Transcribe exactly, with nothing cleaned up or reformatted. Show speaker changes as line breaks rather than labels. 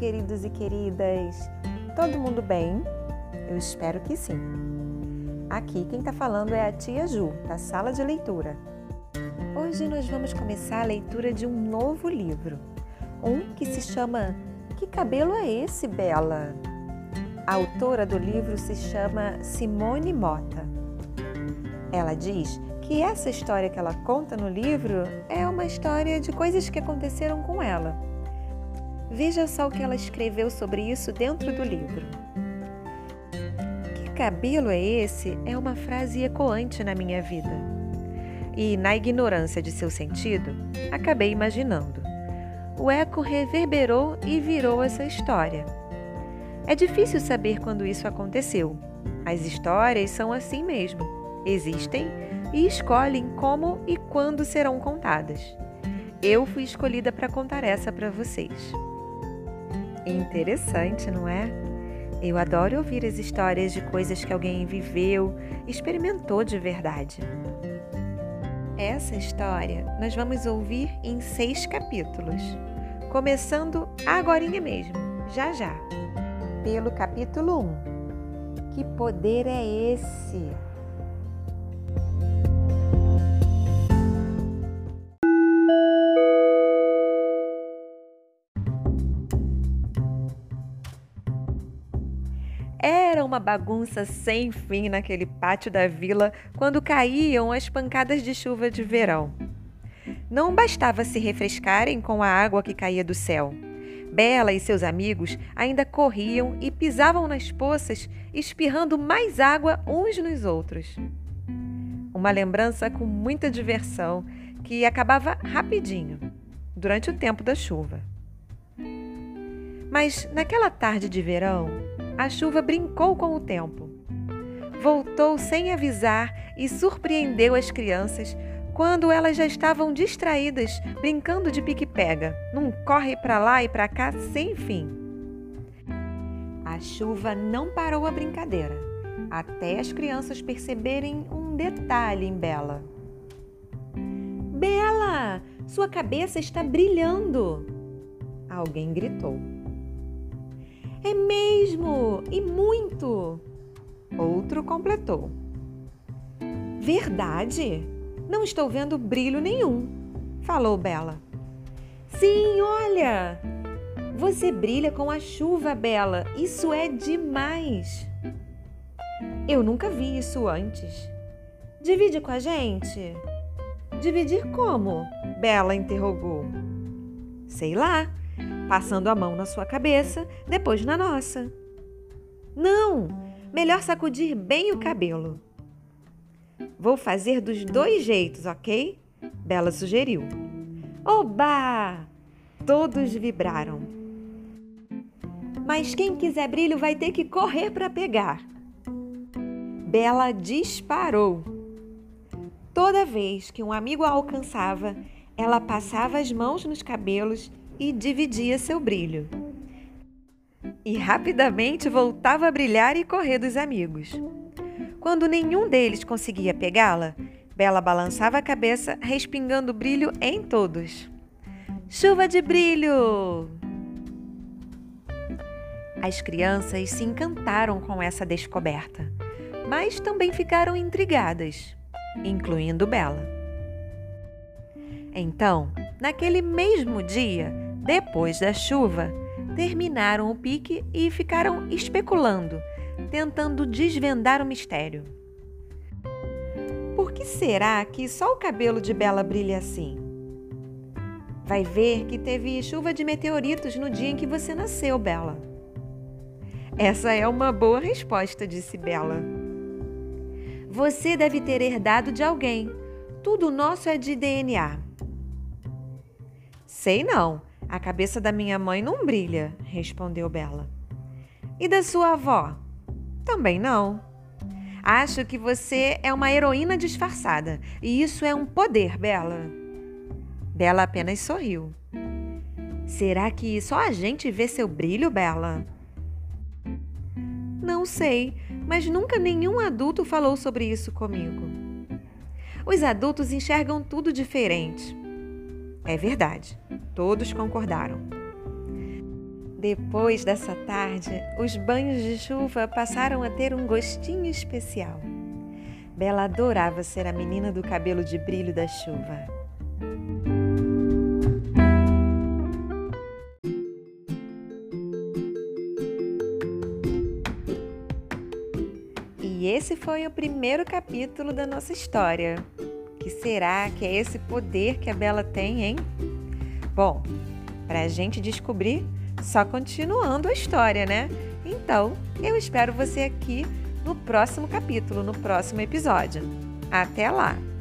queridos e queridas! Todo mundo bem? Eu espero que sim. Aqui quem está falando é a tia Ju, da Sala de Leitura. Hoje nós vamos começar a leitura de um novo livro, um que se chama Que Cabelo é Esse, Bela? A autora do livro se chama Simone Mota. Ela diz que essa história que ela conta no livro é uma história de coisas que aconteceram com ela. Veja só o que ela escreveu sobre isso dentro do livro. Que cabelo é esse? É uma frase ecoante na minha vida. E, na ignorância de seu sentido, acabei imaginando. O eco reverberou e virou essa história. É difícil saber quando isso aconteceu. As histórias são assim mesmo. Existem e escolhem como e quando serão contadas. Eu fui escolhida para contar essa para vocês. Interessante, não é? Eu adoro ouvir as histórias de coisas que alguém viveu, experimentou de verdade. Essa história nós vamos ouvir em seis capítulos, começando agorinha mesmo, já já, pelo capítulo um. Que poder é esse? Era uma bagunça sem fim naquele pátio da vila quando caíam as pancadas de chuva de verão. Não bastava se refrescarem com a água que caía do céu. Bela e seus amigos ainda corriam e pisavam nas poças, espirrando mais água uns nos outros. Uma lembrança com muita diversão que acabava rapidinho, durante o tempo da chuva. Mas naquela tarde de verão, a chuva brincou com o tempo. Voltou sem avisar e surpreendeu as crianças quando elas já estavam distraídas, brincando de pique-pega, num corre para lá e para cá sem fim. A chuva não parou a brincadeira, até as crianças perceberem um detalhe em Bela. Bela, sua cabeça está brilhando! Alguém gritou. É mesmo! E muito! Outro completou. Verdade? Não estou vendo brilho nenhum, falou Bela. Sim, olha! Você brilha com a chuva, Bela. Isso é demais! Eu nunca vi isso antes. Divide com a gente? Dividir como? Bela interrogou. Sei lá. Passando a mão na sua cabeça, depois na nossa. Não, melhor sacudir bem o cabelo. Vou fazer dos dois jeitos, ok? Bela sugeriu. Oba! Todos vibraram. Mas quem quiser brilho vai ter que correr para pegar. Bela disparou. Toda vez que um amigo a alcançava, ela passava as mãos nos cabelos e dividia seu brilho. E rapidamente voltava a brilhar e correr dos amigos. Quando nenhum deles conseguia pegá-la, Bela balançava a cabeça, respingando brilho em todos. Chuva de brilho! As crianças se encantaram com essa descoberta, mas também ficaram intrigadas, incluindo Bela. Então, naquele mesmo dia, depois da chuva, terminaram o pique e ficaram especulando, tentando desvendar o mistério. Por que será que só o cabelo de Bela brilha assim? Vai ver que teve chuva de meteoritos no dia em que você nasceu, Bela. Essa é uma boa resposta, disse Bela. Você deve ter herdado de alguém. Tudo nosso é de D N A. Sei não. A cabeça da minha mãe não brilha, respondeu Bela. E da sua avó? Também não. Acho que você é uma heroína disfarçada, e isso é um poder, Bela. Bela apenas sorriu. Será que só a gente vê seu brilho, Bela? Não sei, mas nunca nenhum adulto falou sobre isso comigo. Os adultos enxergam tudo diferente. É verdade, todos concordaram. Depois dessa tarde, os banhos de chuva passaram a ter um gostinho especial. Bela adorava ser a menina do cabelo de brilho da chuva. E esse foi o primeiro capítulo da nossa história. O que será que é esse poder que a Bela tem, hein? Bom, para a gente descobrir, só continuando a história, né? Então, eu espero você aqui no próximo capítulo, no próximo episódio. Até lá!